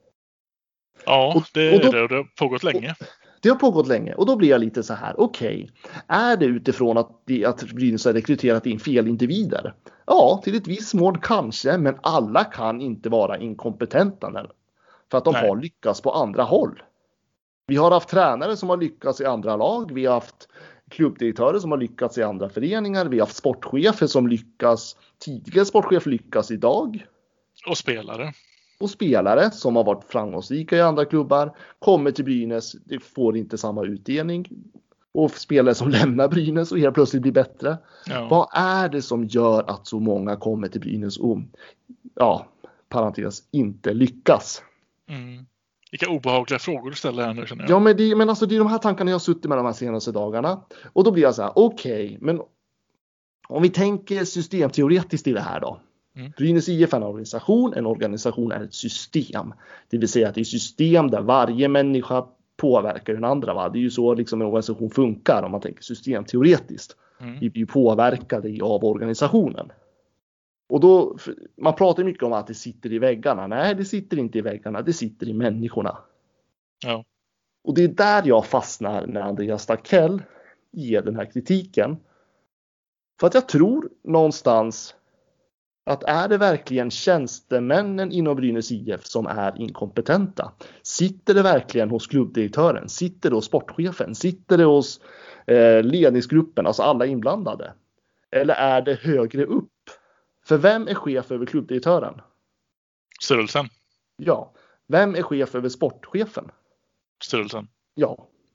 Ja, det är det och det har pågått länge. Det har pågått länge och då blir jag lite så här, okej, okay, är det utifrån att, det, att Brynäs har rekryterat in fel individer? Ja, till ett visst mål kanske, men alla kan inte vara inkompetenta för att de Nej. har lyckats på andra håll. Vi har haft tränare som har lyckats i andra lag, vi har haft klubbdirektörer som har lyckats i andra föreningar, vi har haft sportchefer som lyckas, tidigare sportchefer lyckas idag. Och spelare. Och spelare som har varit framgångsrika i andra klubbar kommer till Brynäs, det får inte samma utdelning. Och spelare som lämnar Brynäs och helt plötsligt blir bättre. Ja. Vad är det som gör att så många kommer till Brynäs och, ja, parentes, inte lyckas? Mm. Vilka obehagliga frågor du ställer här nu, känner jag. Ja, men, det, men alltså, det är de här tankarna jag har suttit med de här senaste dagarna. Och då blir jag så här, okej, okay, men om vi tänker systemteoretiskt i det här då. Mm. Brynäs I F är en organisation, en organisation är ett system. Det vill säga att det är ett system där varje människa påverkar den andra. Va? Det är ju så liksom en organisation funkar om man tänker systemteoretiskt. Mm. Vi blir påverkade av organisationen. Och då, man pratar mycket om att det sitter i väggarna. Nej, det sitter inte i väggarna, det sitter i människorna. Ja. Och det är där jag fastnar när Andreas Dackell ger den här kritiken. För att jag tror någonstans att är det verkligen tjänstemännen inom Brynäs I F som är inkompetenta? Sitter det verkligen hos klubbdirektören? Sitter det hos sportchefen? Sitter det hos eh, ledningsgruppen, alltså alla inblandade? Eller är det högre upp? För vem är chef över klubbdirektören? Styrelsen. Ja. Vem är chef över sportchefen? Styrelsen. Ja.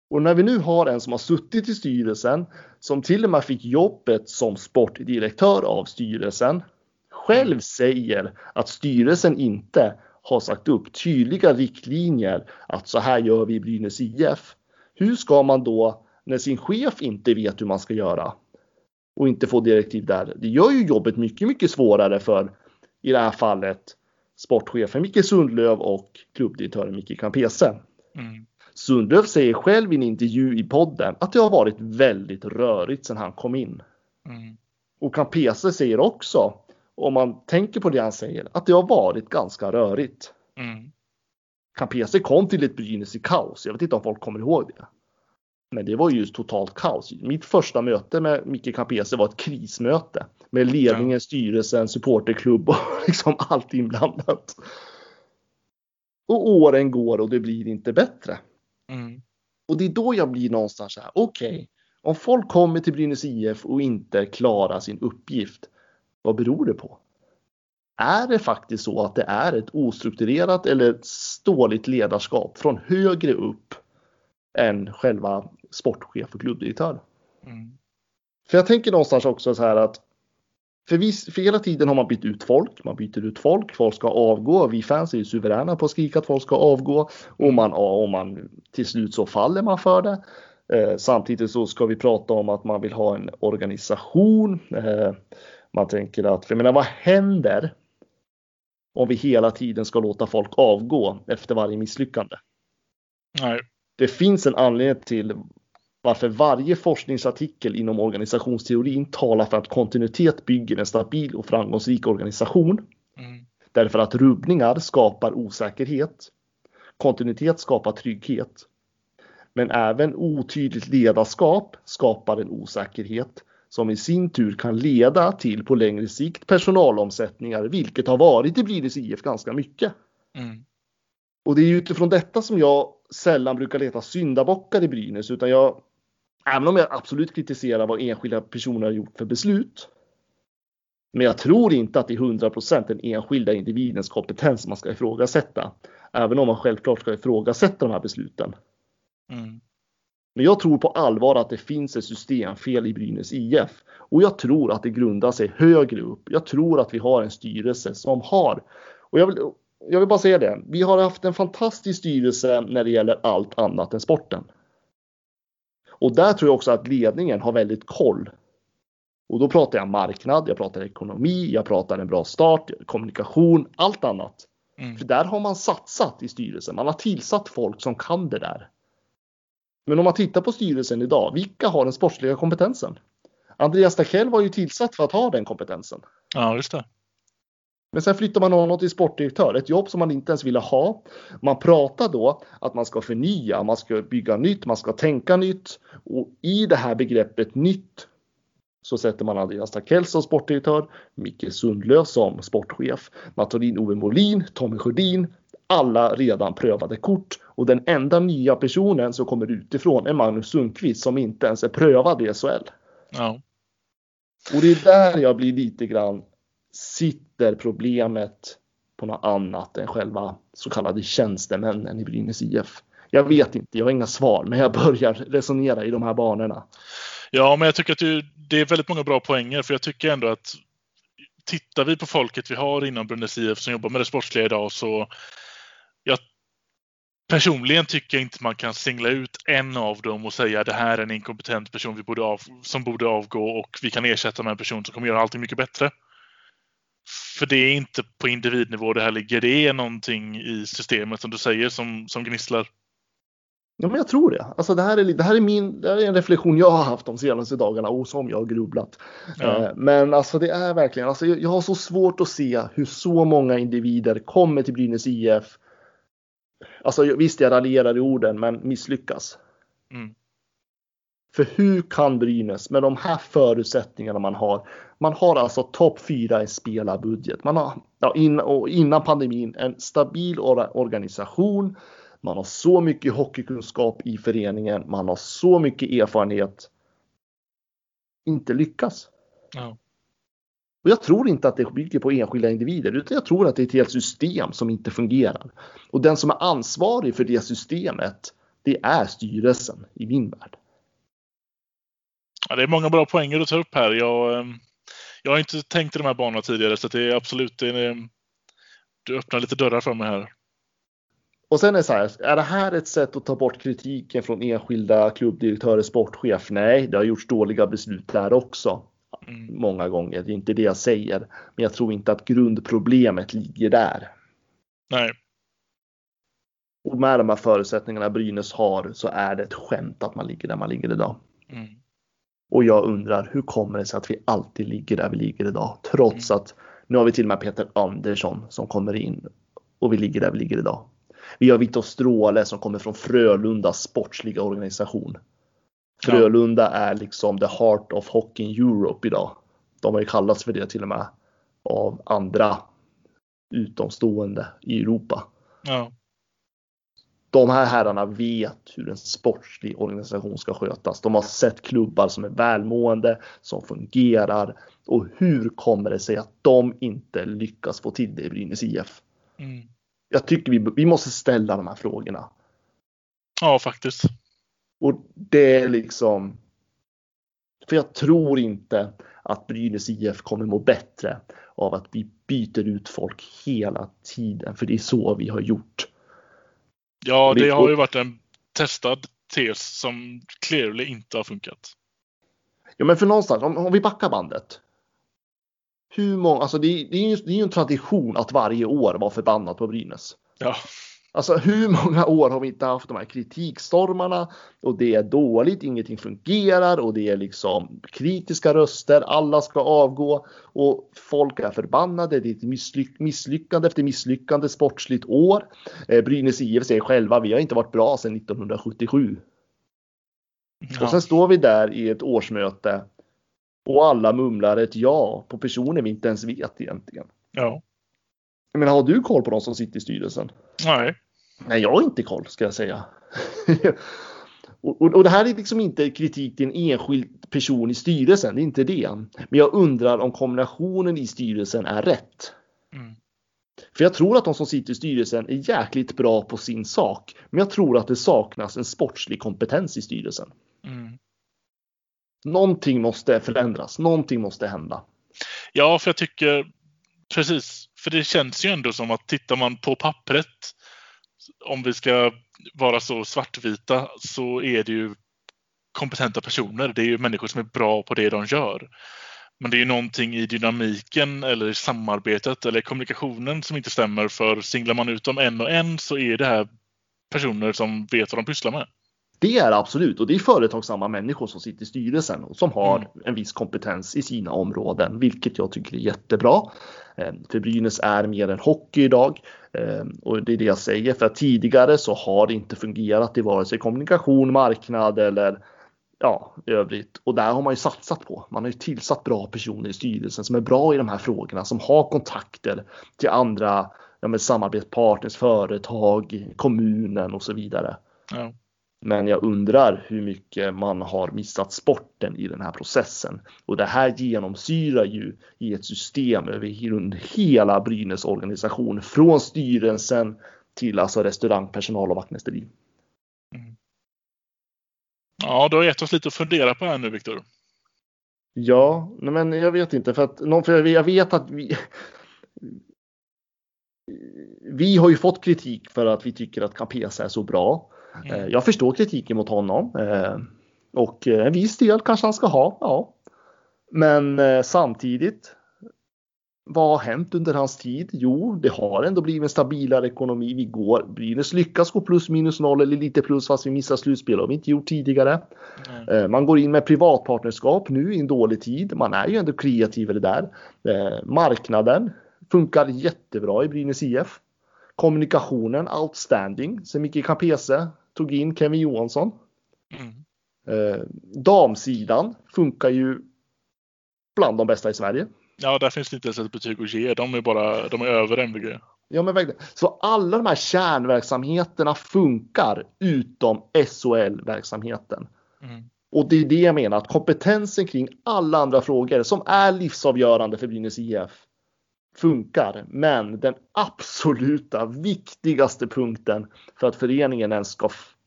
Och när vi nu har en som har suttit i styrelsen, som till och med fick jobbet som sportdirektör av styrelsen, själv säger att styrelsen inte har sagt upp tydliga riktlinjer att så här gör vi i Brynäs I F. Hur ska man då, när sin chef inte vet hur man ska göra och inte får direktiv där? Det gör ju jobbet mycket, mycket svårare för, i det här fallet, sportchefen Micke Sundlöv och klubbdirektören Micke Campese. Mm. Sundlöv säger själv i en intervju i podden att det har varit väldigt rörigt sedan han kom in. Mm. Och Campese säger också, om man tänker på det han säger, att det har varit ganska rörigt. Mm. Campese kom till ett Brynäs i kaos. Jag vet inte om folk kommer ihåg det. Men det var ju just totalt kaos. Mitt första möte med Micke Campese var ett krismöte. Med ledningen, ja. Styrelsen, supporterklubb och liksom allt inblandat. Och åren går och det blir inte bättre. Mm. Och det är då jag blir någonstans så här. Okej, okay, om folk kommer till Brynäs I F och inte klarar sin uppgift, vad beror det på? Är det faktiskt så att det är ett ostrukturerat eller dåligt ledarskap från högre upp än själva sportchef och klubbdirektör? Mm. För jag tänker någonstans också så här att för, vi, för hela tiden har man bytt ut folk. Man byter ut folk. Folk ska avgå. Vi fans är ju suveräna på att skrika att folk ska avgå. Och man, och man, till slut så faller man för det. Eh, samtidigt så ska vi prata om att man vill ha en organisation. Eh, man tänker att, för jag menar, vad händer om vi hela tiden ska låta folk avgå efter varje misslyckande? Nej. Det finns en anledning till varför varje forskningsartikel inom organisationsteorin talar för att kontinuitet bygger en stabil och framgångsrik organisation. Mm. Därför att rubbningar skapar osäkerhet. Kontinuitet skapar trygghet. Men även otydligt ledarskap skapar en osäkerhet som i sin tur kan leda till på längre sikt personalomsättningar, vilket har varit i Brynäs I F ganska mycket. Mm. Och det är utifrån detta som jag sällan brukar leta syndabockar i Brynäs, utan jag, även om jag absolut kritiserar vad enskilda personer har gjort för beslut, men jag tror inte att det är hundra procent den enskilda individens kompetens man ska ifrågasätta, även om man självklart ska ifrågasätta de här besluten. Mm. Men jag tror på allvar att det finns ett systemfel i Brynäs I F, och jag tror att det grundar sig högre upp. Jag tror att vi har en styrelse som har, och jag vill Jag vill bara säga det. Vi har haft en fantastisk styrelse när det gäller allt annat än sporten. Och där tror jag också att ledningen har väldigt koll. Och då pratar jag marknad, jag pratar ekonomi, jag pratar en bra start, kommunikation, allt annat. Mm. För där har man satsat i styrelsen. Man har tillsatt folk som kan det där. Men om man tittar på styrelsen idag, vilka har den sportsliga kompetensen? Andreas Takell var ju tillsatt för att ha den kompetensen. Ja, just det. Men sen flyttar man någon till sportdirektör, ett jobb som man inte ens ville ha. Man pratar då att man ska förnya, man ska bygga nytt, man ska tänka nytt. Och i det här begreppet nytt så sätter man Andreas Takell som sportdirektör, Micke Sundlöv som sportchef, man tar in Ove Molin, Tommy Sjödin, alla redan prövade kort. Och den enda nya personen som kommer utifrån är Magnus Sundqvist som inte ens är prövad i S H L. Ja. Och det är där jag blir lite grann, sitter problemet på något annat än själva så kallade tjänstemännen i Brynäs I F? Jag vet inte, jag har inga svar, men jag börjar resonera i de här banorna. Ja, men jag tycker att du, det är väldigt många bra poänger, för jag tycker ändå att tittar vi på folket vi har inom Brynäs I F som jobbar med det sportsliga idag, så jag personligen tycker jag inte man kan singla ut en av dem och säga att det här är en inkompetent person vi borde av, som borde avgå och vi kan ersätta med en person som kommer göra allting mycket bättre. För det är inte på individnivå det här ligger. Det är någonting i systemet som du säger som, som gnisslar. Ja, men jag tror det. Alltså det här är, det här är, min, det här är en reflektion jag har haft de senaste dagarna och som jag har grubblat. Ja. Eh, men alltså det är verkligen, alltså jag, jag har så svårt att se hur så många individer kommer till Brynäs I F. Alltså visst, jag raljerar i orden, men misslyckas. Mm. För hur kan Brynäs med de här förutsättningarna man har, man har alltså topp fyra i spelarbudget. Man har ja, in, och innan pandemin en stabil or- organisation. Man har så mycket hockeykunskap i föreningen. Man har så mycket erfarenhet. Inte lyckas. Ja. Och jag tror inte att det bygger på enskilda individer, utan jag tror att det är ett helt system som inte fungerar. Och den som är ansvarig för det systemet Det är styrelsen i min värld. Ja, det är många bra poänger att ta upp här. Jag, jag har inte tänkt i de här banorna tidigare, så det är absolut det är, du öppnar lite dörrar för mig här. Och sen är det så här, är det här ett sätt att ta bort kritiken från enskilda klubbdirektörer, sportchef? Nej, det har gjorts dåliga beslut där också. Mm. Många gånger, det är inte det jag säger. Men jag tror inte att grundproblemet ligger där. Nej. Och med de här förutsättningarna Brynäs har så är det ett skämt att man ligger där man ligger idag. Mm. Och jag undrar, hur kommer det sig att vi alltid ligger där vi ligger idag? Trots mm. att nu har vi till och med Peter Andersson som kommer in och vi ligger där vi ligger idag. Vi har Viktor Stråle som kommer från Frölundas sportsliga organisation. Frölunda ja. är liksom the heart of hockey in Europe idag. De har ju kallats för det till och med av andra utomstående i Europa. Ja. De här herrarna vet hur en sportslig organisation ska skötas. De har sett klubbar som är välmående, som fungerar. Och hur kommer det sig att de inte lyckas få till det i Brynäs I F? Mm. Jag tycker vi, vi måste ställa de här frågorna. Ja, faktiskt. Och det är liksom... För jag tror inte att Brynäs I F kommer må bättre av att vi byter ut folk hela tiden. För det är så vi har gjort. Ja, det har ju varit en testad tes som clearly inte har funkat. Ja, men för någonstans, om, om vi backar bandet. Hur många, alltså det, det, är ju, det är ju en tradition att varje år vara förbannat på Brynäs. Ja. Alltså hur många år har vi inte haft de här kritikstormarna och det är dåligt, ingenting fungerar och det är liksom kritiska röster, alla ska avgå och folk är förbannade, det är ett misslyck- misslyckande efter misslyckande sportsligt år. Eh, Brynäs I F säger själva, vi har inte varit bra sedan nittonhundrasjuttiosju. Ja. Och sen står vi där i ett årsmöte och alla mumlar ett ja på personer vi inte ens vet egentligen. Ja. Men har du koll på de som sitter i styrelsen? Nej. Nej, jag har inte koll ska jag säga. och, och, och det här är liksom inte kritik till en enskild person i styrelsen, det är inte det. Men jag undrar om kombinationen i styrelsen är rätt. Mm. För jag tror att de som sitter i styrelsen är jäkligt bra på sin sak. Men jag tror att det saknas en sportslig kompetens i styrelsen. Mm. Någonting måste förändras, någonting måste hända. Ja, för jag tycker precis, för det känns ju ändå som att tittar man på pappret, om vi ska vara så svartvita, så är det ju kompetenta personer. Det är ju människor som är bra på det de gör. Men det är ju någonting i dynamiken eller i samarbetet eller kommunikationen som inte stämmer, för singlar man ut dem en och en så är det här personer som vet vad de pysslar med. Det är absolut, och det är företagsamma människor som sitter i styrelsen och som har mm. en viss kompetens i sina områden, vilket jag tycker är jättebra. För Brynäs är mer än hockey idag, och det är det jag säger, för att tidigare så har det inte fungerat i vare sig kommunikation, marknad eller ja, övrigt. Och där har man ju satsat på. Man har ju tillsatt bra personer i styrelsen som är bra i de här frågorna, som har kontakter till andra ja, med samarbetspartners, företag, kommunen och så vidare. Ja. Men jag undrar hur mycket man har missat sporten i den här processen. Och det här genomsyrar ju i ett system över hela Brynäs organisation. Från styrelsen till alltså restaurangpersonal och vaktmästeri. Mm. Ja, du har gett oss lite att fundera på här nu, Viktor. Ja, men jag vet inte. För att, för jag vet att vi... Vi har ju fått kritik för att vi tycker att Campese är så bra. Mm. Jag förstår kritiken mot honom. Och en viss del kanske han ska ha. Ja. Men samtidigt, vad har hänt under hans tid? Jo, det har ändå blivit en stabilare ekonomi. Vi går, Brynäs lyckas gå plus minus noll eller lite plus fast vi missar slutspel. Det har vi inte gjort tidigare. Mm. Man går in med privatpartnerskap nu i en dålig tid. Man är ju ändå kreativare där. Marknaden funkar jättebra i Brynäs I F. Kommunikationen outstanding. Så Micke Campese tog in Kevin Johansson. Mm. Eh, damsidan funkar ju bland de bästa i Sverige. Ja, där finns det inte ens ett betyg att ge. De är bara de är över M V G. Ja, men verkligen. Så alla de här kärnverksamheterna funkar utom S H L-verksamheten. Mm. Och det är det jag menar, att kompetensen kring alla andra frågor som är livsavgörande för Brynäs I F funkar, men den absoluta viktigaste punkten för att föreningen ens ska f-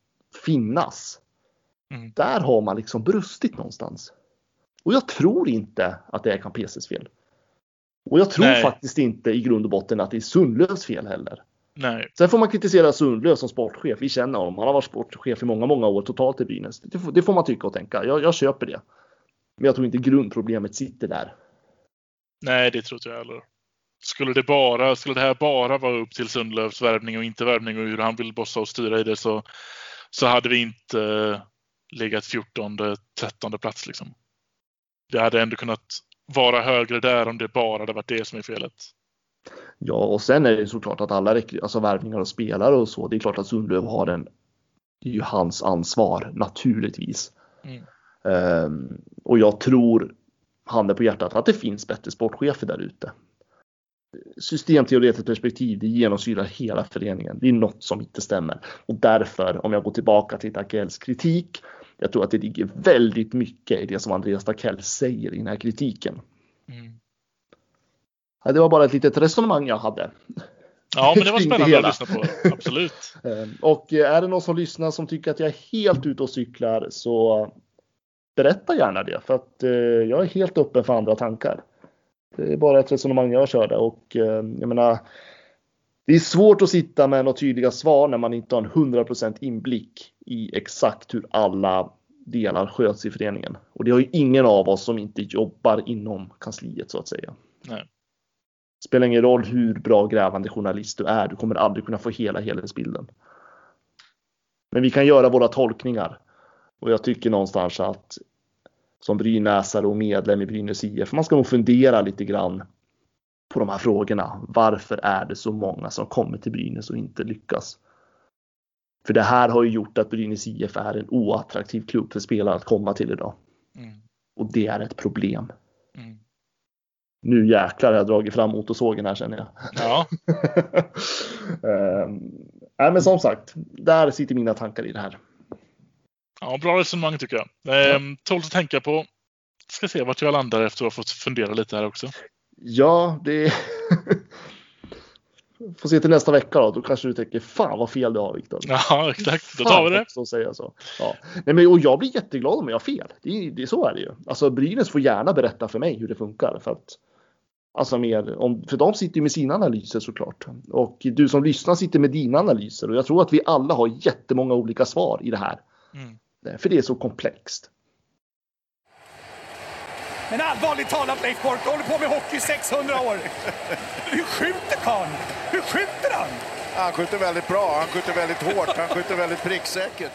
finnas. Mm. Där har man liksom brustit någonstans. Och jag tror inte att det är Campesers fel. Och jag tror Nej. faktiskt inte i grund och botten att det är Sundlövs fel heller. Nej. Sen får man kritisera Sundlöv som sportchef. Vi känner honom. Han har varit sportchef i många, många år totalt i Brynäs. Det får, det får man tycka och tänka. Jag, jag köper det. Men jag tror inte grundproblemet sitter där. Nej, det tror inte jag heller. Skulle det, bara, skulle det här bara vara upp till Sundlövs värvning och inte värvning och hur han vill bossa och styra i det så, så hade vi inte uh, legat fjortonde, trettonde plats liksom. Det hade ändå kunnat vara högre där om det bara hade varit det som är felet. Ja, och sen är det såklart att alla alltså värvningar och spelare och så, det är klart att Sundlöv har en, det är ju hans ansvar naturligtvis. Mm. Um, och jag tror, handen på hjärtat, att det finns bättre sportchefer där ute. Systemteoretiskt perspektiv, det genomsyrar hela föreningen. Det är något som inte stämmer. Och därför, om jag går tillbaka till Takells kritik, jag tror att det ligger väldigt mycket i det som Andreas Takell säger i den här kritiken. Mm. Ja, det var bara ett litet resonemang jag hade. Ja, men det var spännande att lyssna på. Absolut. Och är det någon som lyssnar som tycker att jag är helt ute och cyklar, så berätta gärna det. För att jag är helt öppen för andra tankar. Det är bara ett resonemang jag körde. Och jag menar, det är svårt att sitta med några tydliga svar när man inte har en hundra procent inblick i exakt hur alla delar sköts i föreningen. Och det har ju ingen av oss som inte jobbar inom kansliet så att säga. Nej. Spelar ingen roll hur bra grävande journalist du är. Du kommer aldrig kunna få hela helhetsbilden. Men vi kan göra våra tolkningar. Och jag tycker någonstans att som brynäsare och medlem i Brynäs I F, man ska nog fundera lite grann på de här frågorna. Varför är det så många som kommer till Brynäs och inte lyckas? För det här har ju gjort att Brynäs I F är en oattraktiv klubb för spelare att komma till idag. Mm. Och det är ett problem. Mm. Nu jäklar har jag dragit fram motorsågen här, känner jag. Ja. um, nej, men som sagt, där sitter mina tankar i det här. Ja, bra resonemang tycker jag. Ehm, tål att tänka på. Ska se vart jag landar efter att ha fått fundera lite här också. Ja, det får se till nästa vecka då. Då kanske du tänker, fan vad fel du har, Viktor. Ja, exakt. Då tar vi det. Så säger jag så. Ja. Nej, men, och jag blir jätteglad om jag har fel. Det, det, så är det ju. Alltså Brynäs får gärna berätta för mig hur det funkar. För att, alltså mer, om, för de sitter ju med sina analyser såklart. Och du som lyssnar sitter med dina analyser. Och jag tror att vi alla har jättemånga olika svar i det här. Mm. För det är så komplext. Men allvarligt talat, Leif Boork, håller på med hockey i sexhundra år. Hur skjuter karln? Hur skjuter han? Han skjuter väldigt bra, han skjuter väldigt hårt, han skjuter väldigt pricksäkert.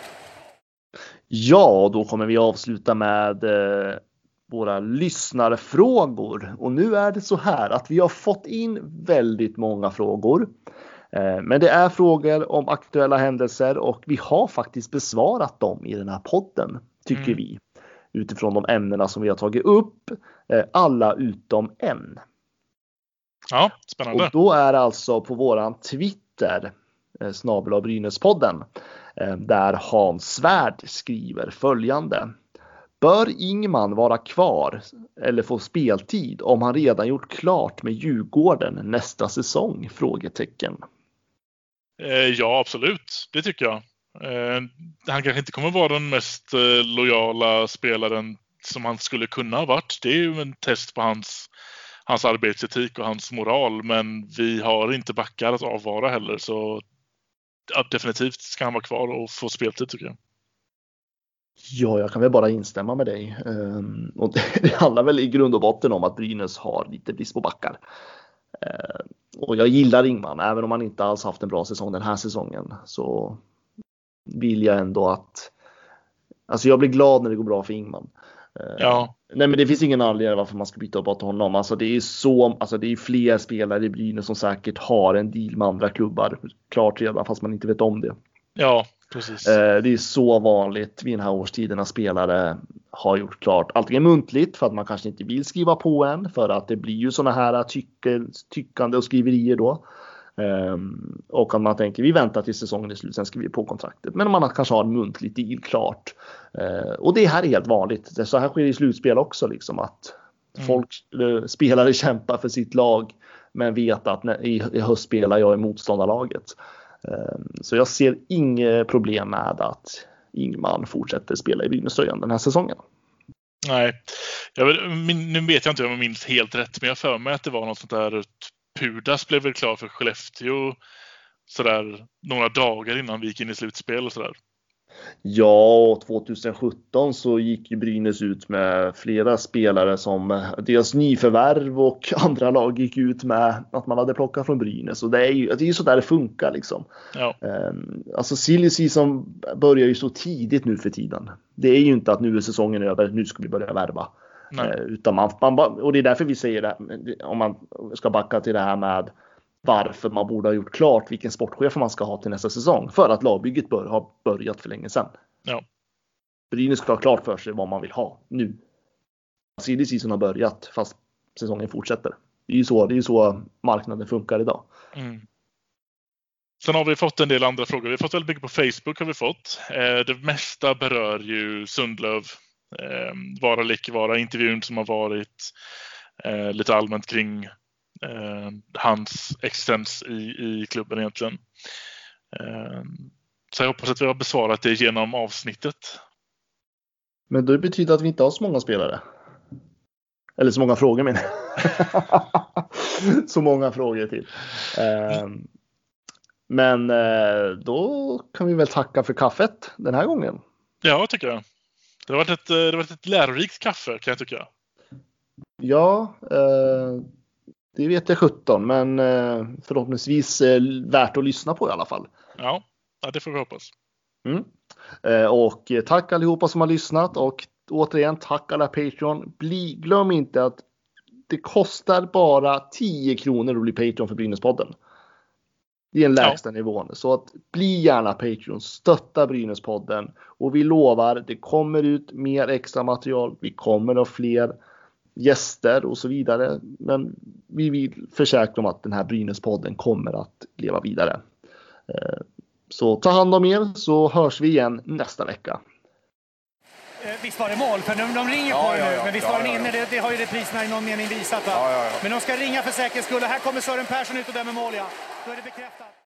Ja, då kommer vi avsluta med eh, våra lyssnarfrågor. Och nu är det så här att vi har fått in väldigt många frågor. Eh, men det är frågor om aktuella händelser och vi har faktiskt besvarat dem i den här podden, tycker mm. vi. Utifrån de ämnena som vi har tagit upp, eh, alla utom en. Ja, spännande. Och då är det alltså på våran Twitter, eh, snabel av Brynäspodden, eh, där Hans Svärd skriver följande. Bör Ingman vara kvar eller få speltid om han redan gjort klart med Djurgården nästa säsong? Frågetecken. Eh, ja, absolut. Det tycker jag. Eh, han kanske inte kommer vara den mest eh, lojala spelaren som han skulle kunna ha varit. Det är ju en test på hans, hans arbetsetik och hans moral. Men vi har inte backar att avvara heller. Så ja, definitivt ska han vara kvar och få speltid, tycker jag. Ja, jag kan väl bara instämma med dig. Um, och det, det handlar väl i grund och botten om att Brynäs har lite brist på backar. Uh, och jag gillar Ingman, även om han inte alls haft en bra säsong den här säsongen. Så vill jag ändå att... Alltså jag blir glad när det går bra för Ingman. Uh, ja. Nej, men det finns ingen anledning varför man ska byta bort honom. Alltså det är så, alltså det är fler spelare i Brynäs som säkert har en deal med andra klubbar. Klart redan, fast man inte vet om det. Ja, precis. Uh, det är så vanligt vid den här årstiden när spelare har gjort klart antingen muntligt för att man kanske inte vill skriva på en, för att det blir ju såna här tycker, tyckande och skriverier då. Um, och att man tänker vi väntar till säsongen är slut, sen skriver vi på kontraktet. Men man kanske har en muntlig deal klart. Uh, och det här är helt vanligt. Det, så här sker i slutspel också, liksom att mm. folk, uh, spelare kämpar för sitt lag men vet att när, i, i höst spelar jag i motståndarlaget. Um, så jag ser inget problem med att Ingman fortsätter spela i Brynäs-tröjan den här säsongen. Nej, jag vet, min, nu vet jag inte om jag minns helt rätt, men jag för mig att det var något sånt där. Pudas blev väl klar för Skellefteå sådär några dagar innan vi gick in i slutspel och sådär. Ja, tjugohundrasjutton så gick ju Brynäs ut med flera spelare som deras nyförvärv och andra lag gick ut med att man hade plockat från Brynäs. Och det är ju, det är ju så där det funkar liksom. Ja. Alltså silly season börjar ju så tidigt nu för tiden. Det är ju inte att nu är säsongen över, nu ska vi börja värva. Nej. Utan man, man, och det är därför vi säger det, om man ska backa till det här med varför man borde ha gjort klart vilken sportchef man ska ha till nästa säsong. För att lagbygget bör ha börjat för länge sedan. Ja. Brynäs ska ha klart för sig vad man vill ha nu. Silly season har börjat fast säsongen fortsätter. Det är ju så, det är ju så marknaden funkar idag. Mm. Sen har vi fått en del andra frågor. Vi har fått väldigt mycket på Facebook har vi fått. Eh, det mesta berör ju Sundlöv. Eh, vara eller icke vara. Intervjun som har varit. Eh, lite allmänt kring eh, hans existens i, i klubben egentligen. Eh, så jag hoppas att vi har besvarat det genom avsnittet. Men det betyder att vi inte har så många spelare. Eller så många frågor men. Så många frågor till. Eh, men eh, då kan vi väl tacka för kaffet den här gången. Ja, tycker jag. Det har varit ett, det har varit ett lärorikt kaffe kan jag tycka. Ja, eh, det vet jag sjutton. Men eh, förhoppningsvis eh, värt att lyssna på i alla fall. Ja, ja det får vi hoppas. Mm. Eh, och tack allihopa som har lyssnat. Och återigen tack alla Patreon. Bli, glöm inte att det kostar bara tio kronor att bli Patreon för Brynäspodden. Det är en lägsta ja. nivån. Så att bli gärna Patreon. Stötta Brynäspodden. Och vi lovar, det kommer ut mer extra material. Vi kommer att ha fler gäster och så vidare. Men vi vill försäkra om att den här Brynäspodden kommer att leva vidare. Så ta hand om er så hörs vi igen nästa vecka. Visst var det mål? För de, de ringer ja, på ja, nu. ja, Men visst ja, var den ja, ja. inne? Det, det har ju repriserna i någon mening visat. Va? Ja, ja, ja. Men de ska ringa för säkerhets skull. Här kommer Sören Persson ut och dömer mål. Ja. Då är det bekräftat.